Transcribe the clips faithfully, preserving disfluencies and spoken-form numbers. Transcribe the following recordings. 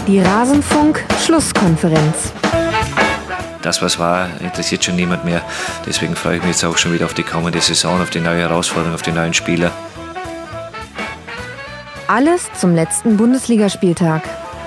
Die Rasenfunk-Schlusskonferenz. Das, was war, interessiert schon niemand mehr. Deswegen freue ich mich jetzt auch schon wieder auf die kommende Saison, auf die neue Herausforderung, auf die neuen Spieler. Alles zum letzten Bundesligaspieltag.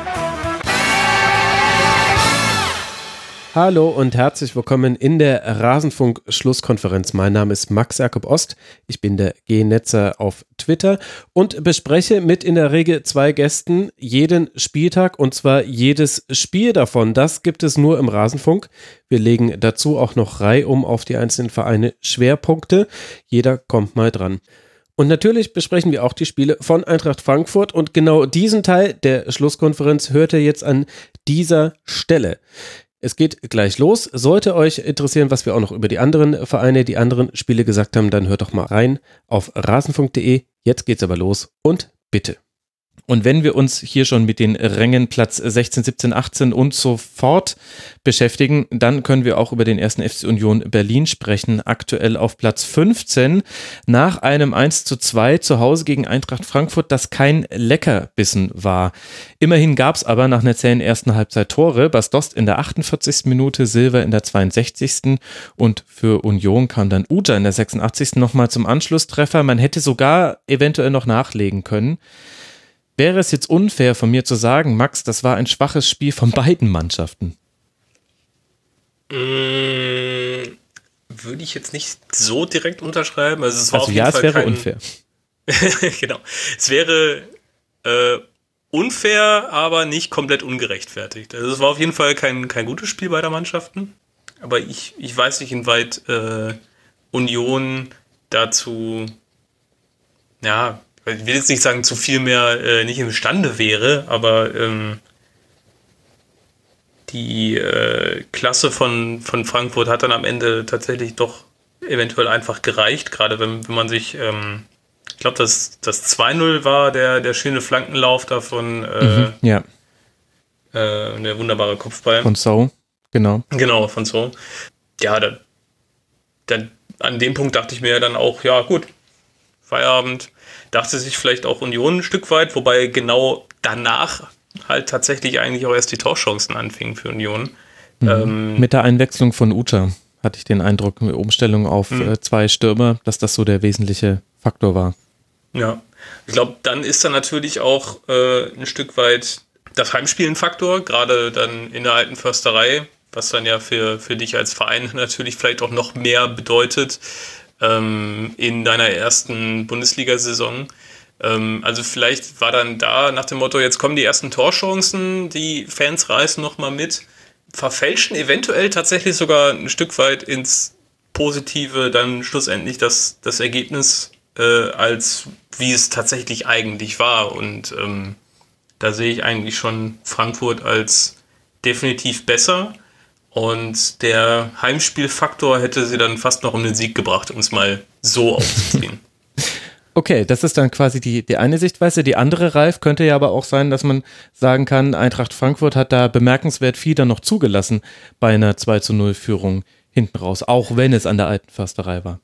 Hallo und herzlich willkommen in der Rasenfunk-Schlusskonferenz. Mein Name ist Max Jakob Ost, ich bin der G-Netzer auf Twitter und bespreche mit in der Regel zwei Gästen jeden Spieltag und zwar jedes Spiel davon. Das gibt es nur im Rasenfunk. Wir legen dazu auch noch reihum auf die einzelnen Vereine Schwerpunkte. Jeder kommt mal dran. Und natürlich besprechen wir auch die Spiele von Eintracht Frankfurt und genau diesen Teil der Schlusskonferenz hört ihr jetzt an dieser Stelle. Es geht gleich los. Sollte euch interessieren, was wir auch noch über die anderen Vereine, die anderen Spiele gesagt haben, dann hört doch mal rein auf rasenfunk punkt de. Jetzt geht's aber los und bitte. Und wenn wir uns hier schon mit den Rängen Platz sechzehn, siebzehn, achtzehn und so fort beschäftigen, dann können wir auch über den ersten F C Union Berlin sprechen. Aktuell auf Platz fünfzehn nach einem eins zu zwei zu Hause gegen Eintracht Frankfurt, das kein Leckerbissen war. Immerhin gab es aber nach einer zähen ersten Halbzeit Tore. Bas Dost in der achtundvierzigsten Minute, Silva in der zweiundsechzigsten und für Union kam dann Uta in der sechsundachtzigsten nochmal zum Anschlusstreffer. Man hätte sogar eventuell noch nachlegen können. Wäre es jetzt unfair von mir zu sagen, Max, das war ein schwaches Spiel von beiden Mannschaften? Mmh, würde ich jetzt nicht so direkt unterschreiben. Also, es war also auf jeden ja, Fall es wäre kein, unfair. Genau. Es wäre äh, unfair, aber nicht komplett ungerechtfertigt. Also es war auf jeden Fall kein, kein gutes Spiel beider Mannschaften. Aber ich, ich weiß nicht, inwieweit äh, Union dazu, ja, ich will jetzt nicht sagen, zu viel mehr äh, nicht imstande wäre, aber ähm, die äh, Klasse von, von Frankfurt hat dann am Ende tatsächlich doch eventuell einfach gereicht, gerade wenn, wenn man sich, ähm, ich glaube, das, das zwei null war der, der schöne Flankenlauf davon, äh, mhm, ja. äh, der wunderbare Kopfball. Von So, genau. Genau, von So. Ja, da, dann, an dem Punkt dachte ich mir dann auch, ja gut, Feierabend. Dachte sich vielleicht auch Union ein Stück weit, wobei genau danach halt tatsächlich eigentlich auch erst die Torchancen anfingen für Union. Mhm. Ähm, Mit der Einwechslung von Uta hatte ich den Eindruck, mit Umstellung auf mhm. äh, zwei Stürmer, dass das so der wesentliche Faktor war. Ja, ich glaube, dann ist da natürlich auch äh, ein Stück weit das Heimspiel ein Faktor, gerade dann in der alten Försterei, was dann ja für, für dich als Verein natürlich vielleicht auch noch mehr bedeutet, in deiner ersten Bundesliga-Saison. Also vielleicht war dann da nach dem Motto, jetzt kommen die ersten Torchancen, die Fans reißen nochmal mit, verfälschen eventuell tatsächlich sogar ein Stück weit ins Positive dann schlussendlich das, das Ergebnis, äh, als wie es tatsächlich eigentlich war. Und ähm, da sehe ich eigentlich schon Frankfurt als definitiv besser. Und der Heimspielfaktor hätte sie dann fast noch um den Sieg gebracht, um es mal so aufzuziehen. Okay, das ist dann quasi die, die eine Sichtweise. Die andere, Ralf, könnte ja aber auch sein, dass man sagen kann, Eintracht Frankfurt hat da bemerkenswert viel dann noch zugelassen bei einer zwei zu null Führung hinten raus, auch wenn es an der alten Försterei war.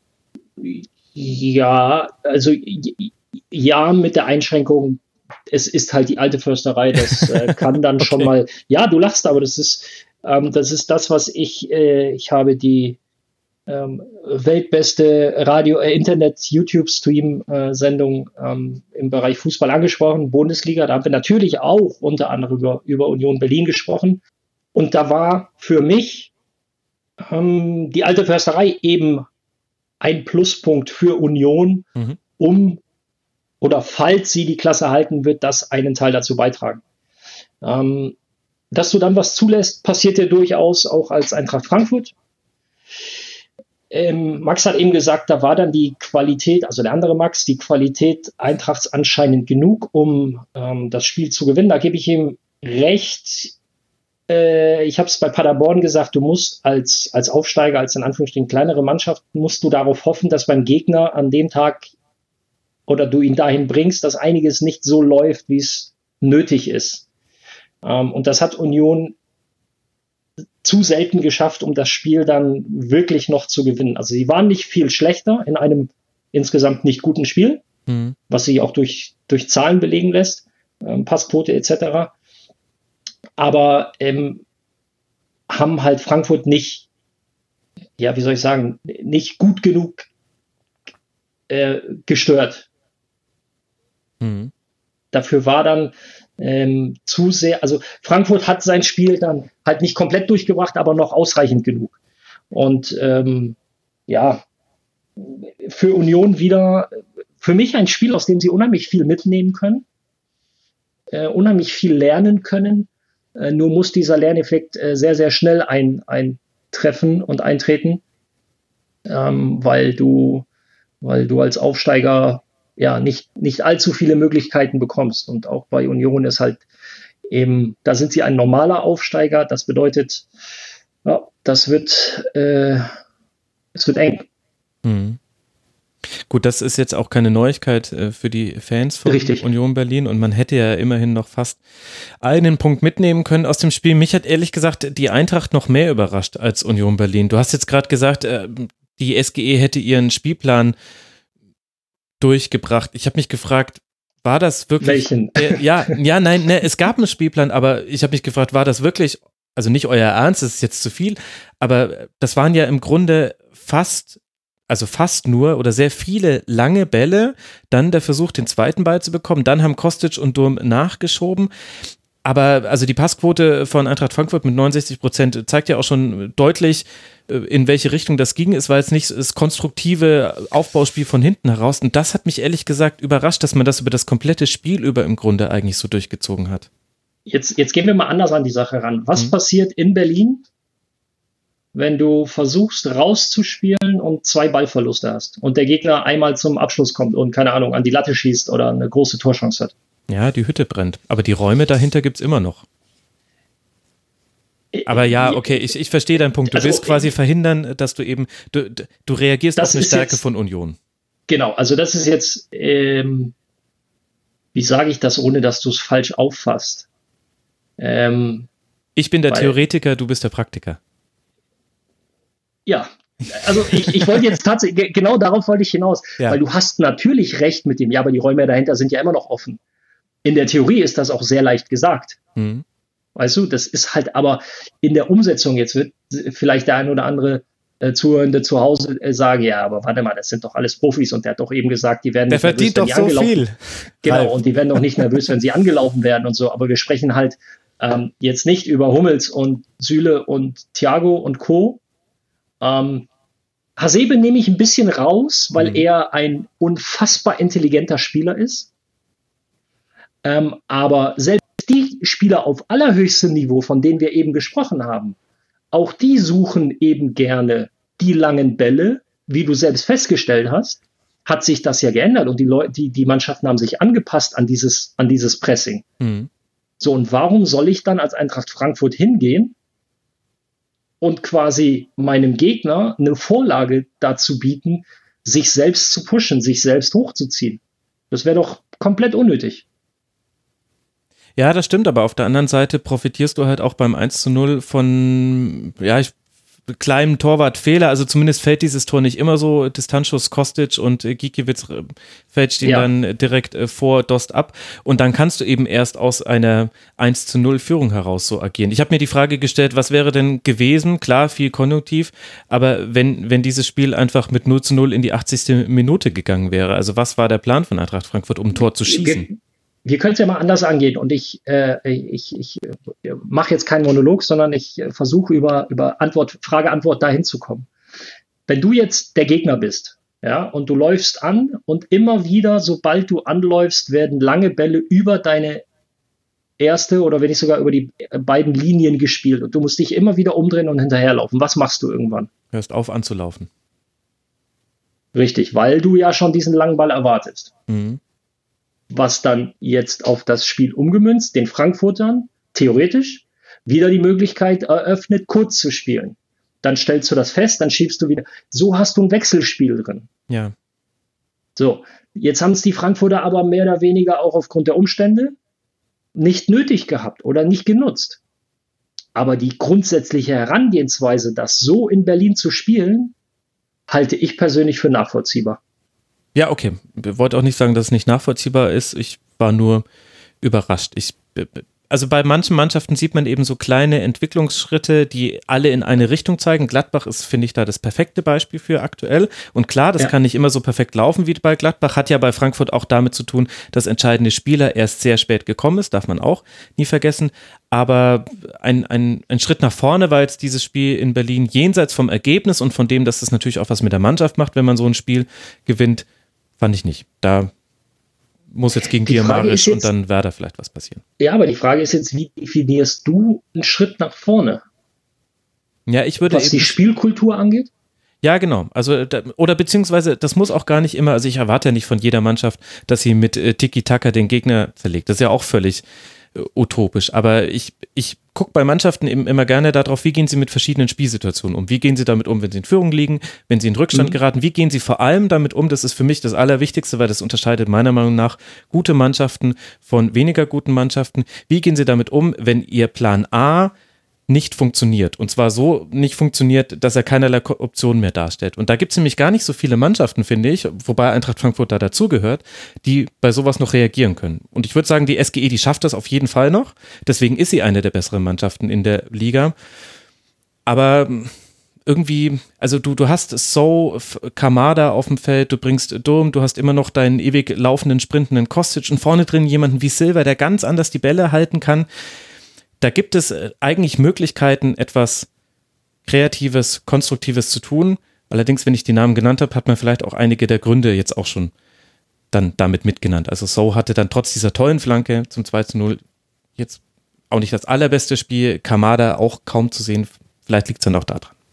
Ja, also ja, mit der Einschränkung, es ist halt die alte Försterei, das äh, kann dann okay. schon mal, ja, du lachst, aber das ist Das ist das, was ich, äh, ich habe die ähm, weltbeste Radio-, äh, Internet-YouTube-Stream-Sendung ähm, im Bereich Fußball angesprochen, Bundesliga. Da haben wir natürlich auch unter anderem über, über Union Berlin gesprochen. Und da war für mich ähm, die alte Försterei eben ein Pluspunkt für Union, mhm. um oder falls sie die Klasse halten, wird das einen Teil dazu beitragen. Ähm, Dass du dann was zulässt, passiert ja durchaus auch als Eintracht Frankfurt. Ähm, Max hat eben gesagt, da war dann die Qualität, also der andere Max, die Qualität Eintrachts anscheinend genug, um ähm, das Spiel zu gewinnen. Da gebe ich ihm recht. Äh, ich habe es bei Paderborn gesagt, du musst als, als Aufsteiger, als in Anführungsstrichen kleinere Mannschaft, musst du darauf hoffen, dass beim Gegner an dem Tag oder du ihn dahin bringst, dass einiges nicht so läuft, wie es nötig ist. Um, und das hat Union zu selten geschafft, um das Spiel dann wirklich noch zu gewinnen. Also sie waren nicht viel schlechter in einem insgesamt nicht guten Spiel, mhm. was sie auch durch, durch Zahlen belegen lässt, ähm, Passquote et cetera. aber ähm, haben halt Frankfurt nicht, ja, wie soll ich sagen, nicht gut genug äh, gestört. Mhm. Dafür war dann ähm, zu sehr, also Frankfurt hat sein Spiel dann halt nicht komplett durchgebracht, aber noch ausreichend genug. Und ähm, ja, für Union wieder, für mich ein Spiel, aus dem sie unheimlich viel mitnehmen können, äh, unheimlich viel lernen können. Äh, nur muss dieser Lerneffekt äh, sehr, sehr schnell ein, eintreffen und eintreten, ähm, weil du, weil du als Aufsteiger ja nicht, nicht allzu viele Möglichkeiten bekommst. Und auch bei Union ist halt eben, da sind sie ein normaler Aufsteiger. Das bedeutet, ja, das wird, äh, es wird eng. Mhm. Gut, das ist jetzt auch keine Neuigkeit äh, für die Fans von Richtig. Union Berlin und man hätte ja immerhin noch fast einen Punkt mitnehmen können aus dem Spiel. Mich hat ehrlich gesagt die Eintracht noch mehr überrascht als Union Berlin. Du hast jetzt gerade gesagt, äh, die S G E hätte ihren Spielplan durchgebracht. Ich habe mich gefragt, war das wirklich... Welchen? Äh, ja, ja, nein, ne, es gab einen Spielplan, aber ich habe mich gefragt, war das wirklich, also nicht euer Ernst, das ist jetzt zu viel, aber das waren ja im Grunde fast, also fast nur oder sehr viele lange Bälle, dann der Versuch, den zweiten Ball zu bekommen, dann haben Kostic und Durm nachgeschoben. Aber also die Passquote von Eintracht Frankfurt mit neunundsechzig Prozent zeigt ja auch schon deutlich, in welche Richtung das ging. Es war jetzt nicht das konstruktive Aufbauspiel von hinten heraus. Und das hat mich ehrlich gesagt überrascht, dass man das über das komplette Spiel über im Grunde eigentlich so durchgezogen hat. Jetzt, jetzt gehen wir mal anders an die Sache ran. Was Mhm. passiert in Berlin, wenn du versuchst rauszuspielen und zwei Ballverluste hast und der Gegner einmal zum Abschluss kommt und, keine Ahnung, an die Latte schießt oder eine große Torchance hat? Ja, die Hütte brennt. Aber die Räume dahinter gibt's immer noch. Aber ja, okay, ich, ich verstehe deinen Punkt. Du Also, willst quasi verhindern, dass du eben, du, du reagierst Das auf eine ist Stärke jetzt- von Union. Genau, also das ist jetzt, ähm, wie sage ich das, ohne dass du es falsch auffasst? Ähm, Ich bin der Weil- Theoretiker, du bist der Praktiker. ja, also ich, ich wollte jetzt tatsächlich, ge- genau darauf wollte ich hinaus, Ja. weil du hast natürlich recht mit dem, ja, aber die Räume dahinter sind ja immer noch offen. In der Theorie ist das auch sehr leicht gesagt. Mhm. Weißt du, das ist halt aber in der Umsetzung, jetzt wird vielleicht der ein oder andere äh, Zuhörende zu Hause äh, sagen, ja, aber warte mal, das sind doch alles Profis und der hat doch eben gesagt, die werden Der nicht nervös, verdient wenn doch die so angelaufen- viel. Genau, Ralf. und die werden doch nicht nervös, wenn sie angelaufen werden und so, aber wir sprechen halt ähm, jetzt nicht über Hummels und Süle und Thiago und Co. Ähm, Hasebe nehme ich ein bisschen raus, weil Mhm. er ein unfassbar intelligenter Spieler ist. Ähm, aber selbst die Spieler auf allerhöchstem Niveau, von denen wir eben gesprochen haben, auch die suchen eben gerne die langen Bälle, wie du selbst festgestellt hast, hat sich das ja geändert und die Leute, die, die Mannschaften haben sich angepasst an dieses, an dieses Pressing. Mhm. So, und warum soll ich dann als Eintracht Frankfurt hingehen und quasi meinem Gegner eine Vorlage dazu bieten, sich selbst zu pushen, sich selbst hochzuziehen? Das wäre doch komplett unnötig. Ja, das stimmt, aber auf der anderen Seite profitierst du halt auch beim eins zu null von, ja, ich, kleinen Torwartfehler, also zumindest fällt dieses Tor nicht immer so, Distanzschuss Kostic und äh, Gikiewicz äh, fälscht ihn Ja. dann direkt äh, vor Dost ab und dann kannst du eben erst aus einer eins zu null Führung heraus so agieren. Ich habe mir die Frage gestellt, was wäre denn gewesen, klar, viel konjunktiv, aber wenn, wenn dieses Spiel einfach mit null zu null in die achtzigste Minute gegangen wäre, also was war der Plan von Eintracht Frankfurt, um ein Tor zu schießen? Wir, wir können es ja mal anders angehen und ich, äh, ich, ich äh, mache jetzt keinen Monolog, sondern ich äh, versuche über, über Antwort, Frage-Antwort dahin zu kommen. Wenn du jetzt der Gegner bist, ja, und du läufst an und immer wieder, sobald du anläufst, werden lange Bälle über deine erste oder wenn nicht sogar über die beiden Linien gespielt und du musst dich immer wieder umdrehen und hinterherlaufen. Was machst du irgendwann? Hörst auf anzulaufen. Richtig, weil du ja schon diesen langen Ball erwartest. Mhm. Was dann jetzt auf das Spiel umgemünzt, den Frankfurtern theoretisch wieder die Möglichkeit eröffnet, kurz zu spielen. Dann stellst du das fest, dann schiebst du wieder. So hast du ein Wechselspiel drin. Ja. So, jetzt haben es die Frankfurter aber mehr oder weniger auch aufgrund der Umstände nicht nötig gehabt oder nicht genutzt. Aber die grundsätzliche Herangehensweise, das so in Berlin zu spielen, halte ich persönlich für nachvollziehbar. Ja, okay. Ich wollte auch nicht sagen, dass es nicht nachvollziehbar ist. Ich war nur überrascht. Ich, also bei manchen Mannschaften sieht man eben so kleine Entwicklungsschritte, die alle in eine Richtung zeigen. Gladbach ist, finde ich, da das perfekte Beispiel für aktuell. Und klar, das ja. kann nicht immer so perfekt laufen wie bei Gladbach, hat ja bei Frankfurt auch damit zu tun, dass entscheidende Spieler erst sehr spät gekommen ist, darf man auch nie vergessen. Aber ein, ein, ein Schritt nach vorne war jetzt dieses Spiel in Berlin, jenseits vom Ergebnis und von dem, dass es natürlich auch was mit der Mannschaft macht, wenn man so ein Spiel gewinnt, fand ich nicht. Da muss jetzt gegen Diamarisch und dann Werder vielleicht was passieren. Ja, aber die Frage ist jetzt, wie definierst du einen Schritt nach vorne? Ja, ich würde Was die Spielkultur angeht? Ja, genau. Also, oder beziehungsweise, das muss auch gar nicht immer, also ich erwarte ja nicht von jeder Mannschaft, dass sie mit äh, Tiki-Taka den Gegner zerlegt. Das ist ja auch völlig äh, utopisch. Aber ich, ich gucke bei Mannschaften eben immer gerne darauf, wie gehen sie mit verschiedenen Spielsituationen um? Wie gehen sie damit um, wenn sie in Führung liegen, wenn sie in Rückstand mhm. geraten? Wie gehen sie vor allem damit um? Das ist für mich das Allerwichtigste, weil das unterscheidet meiner Meinung nach gute Mannschaften von weniger guten Mannschaften. Wie gehen sie damit um, wenn ihr Plan A nicht funktioniert? Und zwar so nicht funktioniert, dass er keinerlei Optionen mehr darstellt. Und da gibt es nämlich gar nicht so viele Mannschaften, finde ich, wobei Eintracht Frankfurt da dazugehört, die bei sowas noch reagieren können. Und ich würde sagen, die S G E, die schafft das auf jeden Fall noch. Deswegen ist sie eine der besseren Mannschaften in der Liga. Aber irgendwie, also du, du hast So, Kamada auf dem Feld, du bringst Durm, du hast immer noch deinen ewig laufenden, sprintenden Kostic und vorne drin jemanden wie Silva, der ganz anders die Bälle halten kann. Da gibt es eigentlich Möglichkeiten, etwas Kreatives, Konstruktives zu tun. Allerdings, wenn ich die Namen genannt habe, hat man vielleicht auch einige der Gründe jetzt auch schon dann damit mitgenannt. Also So hatte dann trotz dieser tollen Flanke zum zwei zu null jetzt auch nicht das allerbeste Spiel. Kamada auch kaum zu sehen. Vielleicht liegt es dann auch da dran.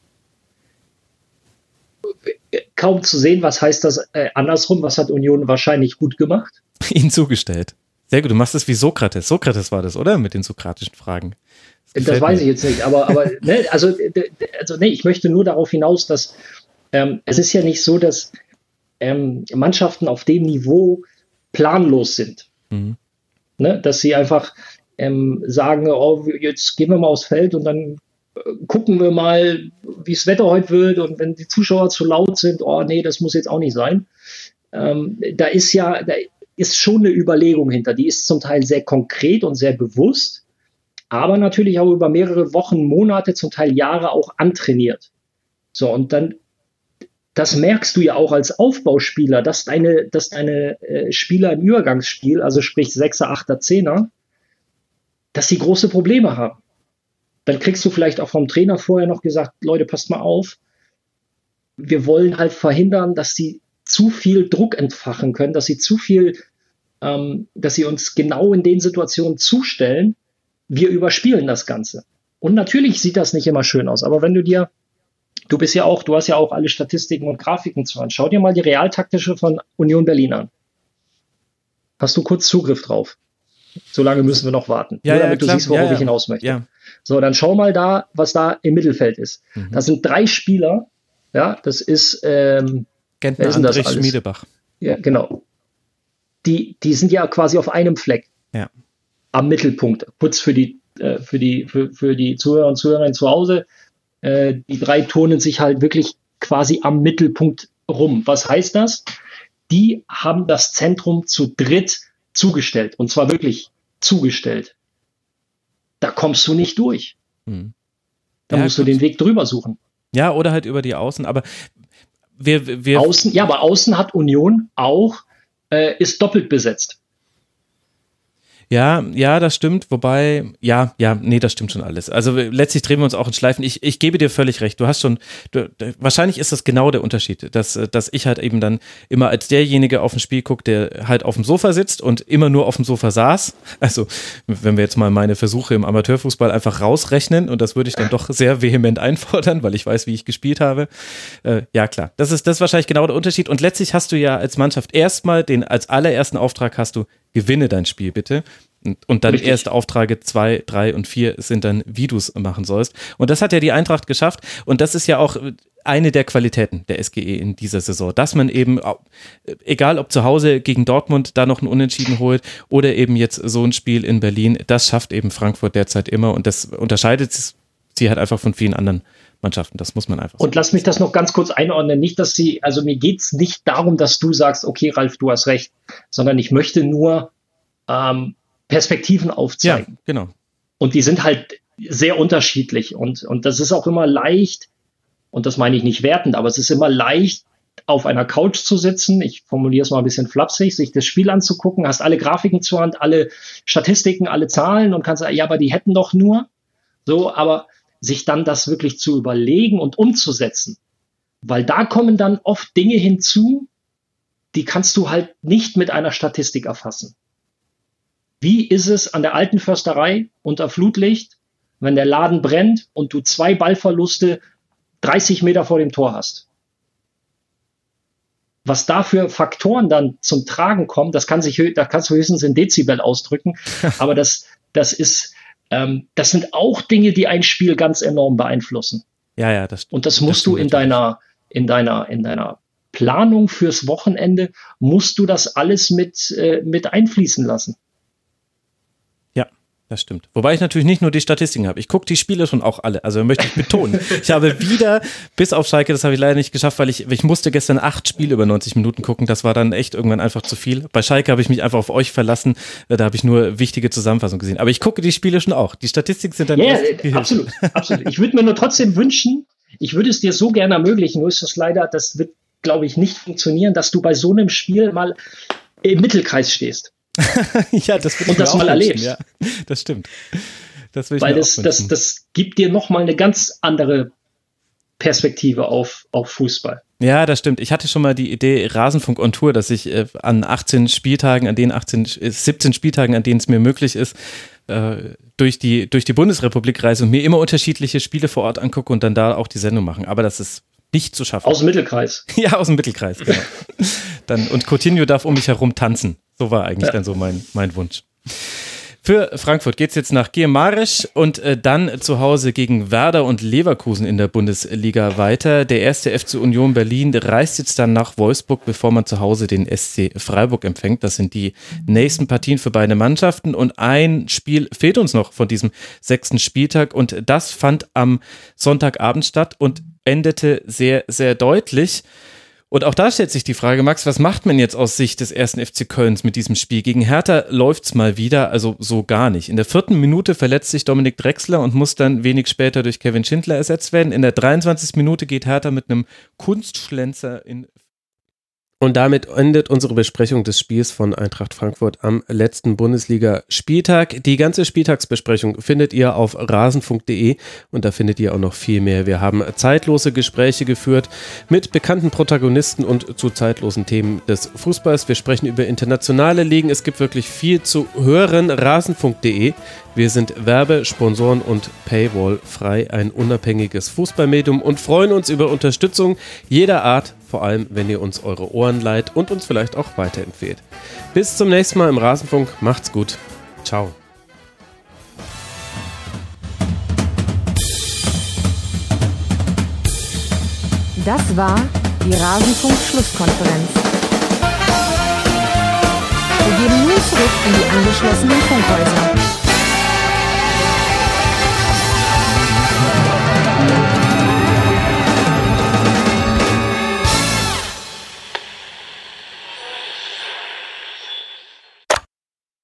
Kaum zu sehen, was heißt das äh, andersrum? Was hat Union wahrscheinlich gut gemacht? Ihnen zugestellt. Sehr gut, du machst das wie Sokrates. Sokrates war das, oder? Mit den sokratischen Fragen. Das, das weiß mir. ich jetzt nicht, aber, aber ne, also, also nee, ich möchte nur darauf hinaus, dass ähm, es ist ja nicht so, dass ähm, Mannschaften auf dem Niveau planlos sind. Mhm. Ne, dass sie einfach ähm, sagen, oh, jetzt gehen wir mal aufs Feld und dann äh, gucken wir mal, wie das Wetter heute wird und wenn die Zuschauer zu laut sind, oh nee, das muss jetzt auch nicht sein. Ähm, da ist ja, da ist schon eine Überlegung hinter. Die ist zum Teil sehr konkret und sehr bewusst, aber natürlich auch über mehrere Wochen, Monate, zum Teil Jahre auch antrainiert. So, und dann, das merkst du ja auch als Aufbauspieler, dass deine, dass deine äh, Spieler im Übergangsspiel, also sprich Sechser, Achter, Zehner, dass sie große Probleme haben. Dann kriegst du vielleicht auch vom Trainer vorher noch gesagt, Leute, passt mal auf, wir wollen halt verhindern, dass sie zu viel Druck entfachen können, dass sie zu viel, ähm, dass sie uns genau in den Situationen zustellen, wir überspielen das Ganze. Und natürlich sieht das nicht immer schön aus, aber wenn du dir, du bist ja auch, du hast ja auch alle Statistiken und Grafiken zu Hand, schau dir mal die realtaktische von Union Berlin an. Hast du kurz Zugriff drauf? So lange müssen wir noch warten, ja, nur ja, damit klar. du siehst, worauf ja, ja. ich hinaus möchte. Ja. So, dann schau mal da, was da im Mittelfeld ist. Mhm. Das sind drei Spieler, ja, das ist, ähm, Gentner, ist Andrich, Schmiedebach. Ja, genau. Die, die sind ja quasi auf einem Fleck. Ja. Am Mittelpunkt. Kurz für die, äh, für die, für, für die Zuhörer und Zuhörerinnen zu Hause. Äh, die drei turnen sich halt wirklich quasi am Mittelpunkt rum. Was heißt das? Die haben das Zentrum zu dritt zugestellt. Und zwar wirklich zugestellt. Da kommst du nicht durch. Hm. Da ja, musst gut. du den Weg drüber suchen. Ja, oder halt über die Außen. Aber Wir, wir Außen, ja, aber außen hat Union auch, äh, ist doppelt besetzt. Ja, ja, das stimmt, wobei, ja, ja, nee, das stimmt schon alles. Also letztlich drehen wir uns auch in Schleifen. Ich, ich gebe dir völlig recht, du hast schon, du, wahrscheinlich ist das genau der Unterschied, dass, dass ich halt eben dann immer als derjenige auf ein Spiel gucke, der halt auf dem Sofa sitzt und immer nur auf dem Sofa saß. Also wenn wir jetzt mal meine Versuche im Amateurfußball einfach rausrechnen, und das würde ich dann doch sehr vehement einfordern, weil ich weiß, wie ich gespielt habe. Äh, ja, klar, das ist, das ist wahrscheinlich genau der Unterschied. Und letztlich hast du ja als Mannschaft erstmal den, als allerersten Auftrag hast du, gewinne dein Spiel bitte. Und dann Richtig. Erst Aufträge zwei, drei und vier sind dann, wie du es machen sollst. Und das hat ja die Eintracht geschafft. Und das ist ja auch eine der Qualitäten der S G E in dieser Saison, dass man eben, egal ob zu Hause gegen Dortmund da noch ein Unentschieden holt oder eben jetzt so ein Spiel in Berlin, das schafft eben Frankfurt derzeit immer. Und das unterscheidet sie halt einfach von vielen anderen Mannschaften. Das muss man einfach sagen. Und lass mich das noch ganz kurz einordnen. Nicht, dass sie, also mir geht es nicht darum, dass du sagst, okay, Ralf, du hast recht, sondern ich möchte nur ähm, Perspektiven aufzeigen. Ja, genau. Und die sind halt sehr unterschiedlich. Und, und das ist auch immer leicht, und das meine ich nicht wertend, aber es ist immer leicht, auf einer Couch zu sitzen, ich formuliere es mal ein bisschen flapsig, sich das Spiel anzugucken, hast alle Grafiken zur Hand, alle Statistiken, alle Zahlen und kannst sagen, ja, aber die hätten doch nur. So, aber sich dann das wirklich zu überlegen und umzusetzen, weil da kommen dann oft Dinge hinzu, die kannst du halt nicht mit einer Statistik erfassen. Wie ist es an der alten Försterei unter Flutlicht, wenn der Laden brennt und du zwei Ballverluste dreißig Meter vor dem Tor hast? Was da für Faktoren dann zum Tragen kommen, das kann sich, da kannst du höchstens in Dezibel ausdrücken, aber das, das ist, ähm, das sind auch Dinge, die ein Spiel ganz enorm beeinflussen. Ja, ja, das stimmt. Und das musst das du in deiner, in deiner, in deiner Planung fürs Wochenende, musst du das alles mit, äh, mit einfließen lassen. Das stimmt. Wobei ich natürlich nicht nur die Statistiken habe. Ich gucke die Spiele schon auch alle. Also möchte ich betonen. Ich habe wieder, bis auf Schalke, das habe ich leider nicht geschafft, weil ich, ich musste gestern acht Spiele über neunzig Minuten gucken. Das war dann echt irgendwann einfach zu viel. Bei Schalke habe ich mich einfach auf euch verlassen. Da habe ich nur wichtige Zusammenfassungen gesehen. Aber ich gucke die Spiele schon auch. Die Statistiken sind dann ja, erst yeah, absolut, absolut. Ich würde mir nur trotzdem wünschen, ich würde es dir so gerne ermöglichen, nur ist das leider, das wird, glaube ich, nicht funktionieren, dass du bei so einem Spiel mal im Mittelkreis stehst. Ja, das und das mal erlebst. Ja, das stimmt. Das will ich Weil mir das, auch das, das gibt dir nochmal eine ganz andere Perspektive auf, auf Fußball. Ja, das stimmt. Ich hatte schon mal die Idee Rasenfunk on Tour, dass ich äh, an achtzehn Spieltagen, an den achtzehn, siebzehn Spieltagen, an denen es mir möglich ist, äh, durch die, durch die Bundesrepublik reise und mir immer unterschiedliche Spiele vor Ort angucke und dann da auch die Sendung machen. Aber das ist nicht zu schaffen. Aus dem Mittelkreis. Ja, aus dem Mittelkreis, genau. Dann, und Coutinho darf um mich herum tanzen. So war eigentlich ja. dann so mein, mein Wunsch. Für Frankfurt geht es jetzt nach Gier-Marisch und äh, dann zu Hause gegen Werder und Leverkusen in der Bundesliga weiter. Der erste F C Union Berlin reist jetzt dann nach Wolfsburg, bevor man zu Hause den S C Freiburg empfängt. Das sind die nächsten Partien für beide Mannschaften und ein Spiel fehlt uns noch von diesem sechsten Spieltag und das fand am Sonntagabend statt und endete sehr, sehr deutlich. Und auch da stellt sich die Frage, Max, was macht man jetzt aus Sicht des ersten F C Kölns mit diesem Spiel? Gegen Hertha läuft's mal wieder, also so gar nicht. In der vierten Minute verletzt sich Dominik Drexler und muss dann wenig später durch Kevin Schindler ersetzt werden. In der dreiundzwanzigsten Minute geht Hertha mit einem Kunstschlenzer in... Und damit endet unsere Besprechung des Spiels von Eintracht Frankfurt am letzten Bundesliga-Spieltag. Die ganze Spieltagsbesprechung findet ihr auf rasenfunk punkt de und da findet ihr auch noch viel mehr. Wir haben zeitlose Gespräche geführt mit bekannten Protagonisten und zu zeitlosen Themen des Fußballs. Wir sprechen über internationale Ligen. Es gibt wirklich viel zu hören. rasenfunk punkt de. Wir sind Werbe-, Sponsoren- und Paywall-frei, ein unabhängiges Fußballmedium und freuen uns über Unterstützung jeder Art, vor allem wenn ihr uns eure Ohren leiht und uns vielleicht auch weiterempfehlt. Bis zum nächsten Mal im Rasenfunk. Macht's gut. Ciao. Das war die Rasenfunk-Schlusskonferenz. Wir gehen nun zurück in die angeschlossenen Funkhäuser.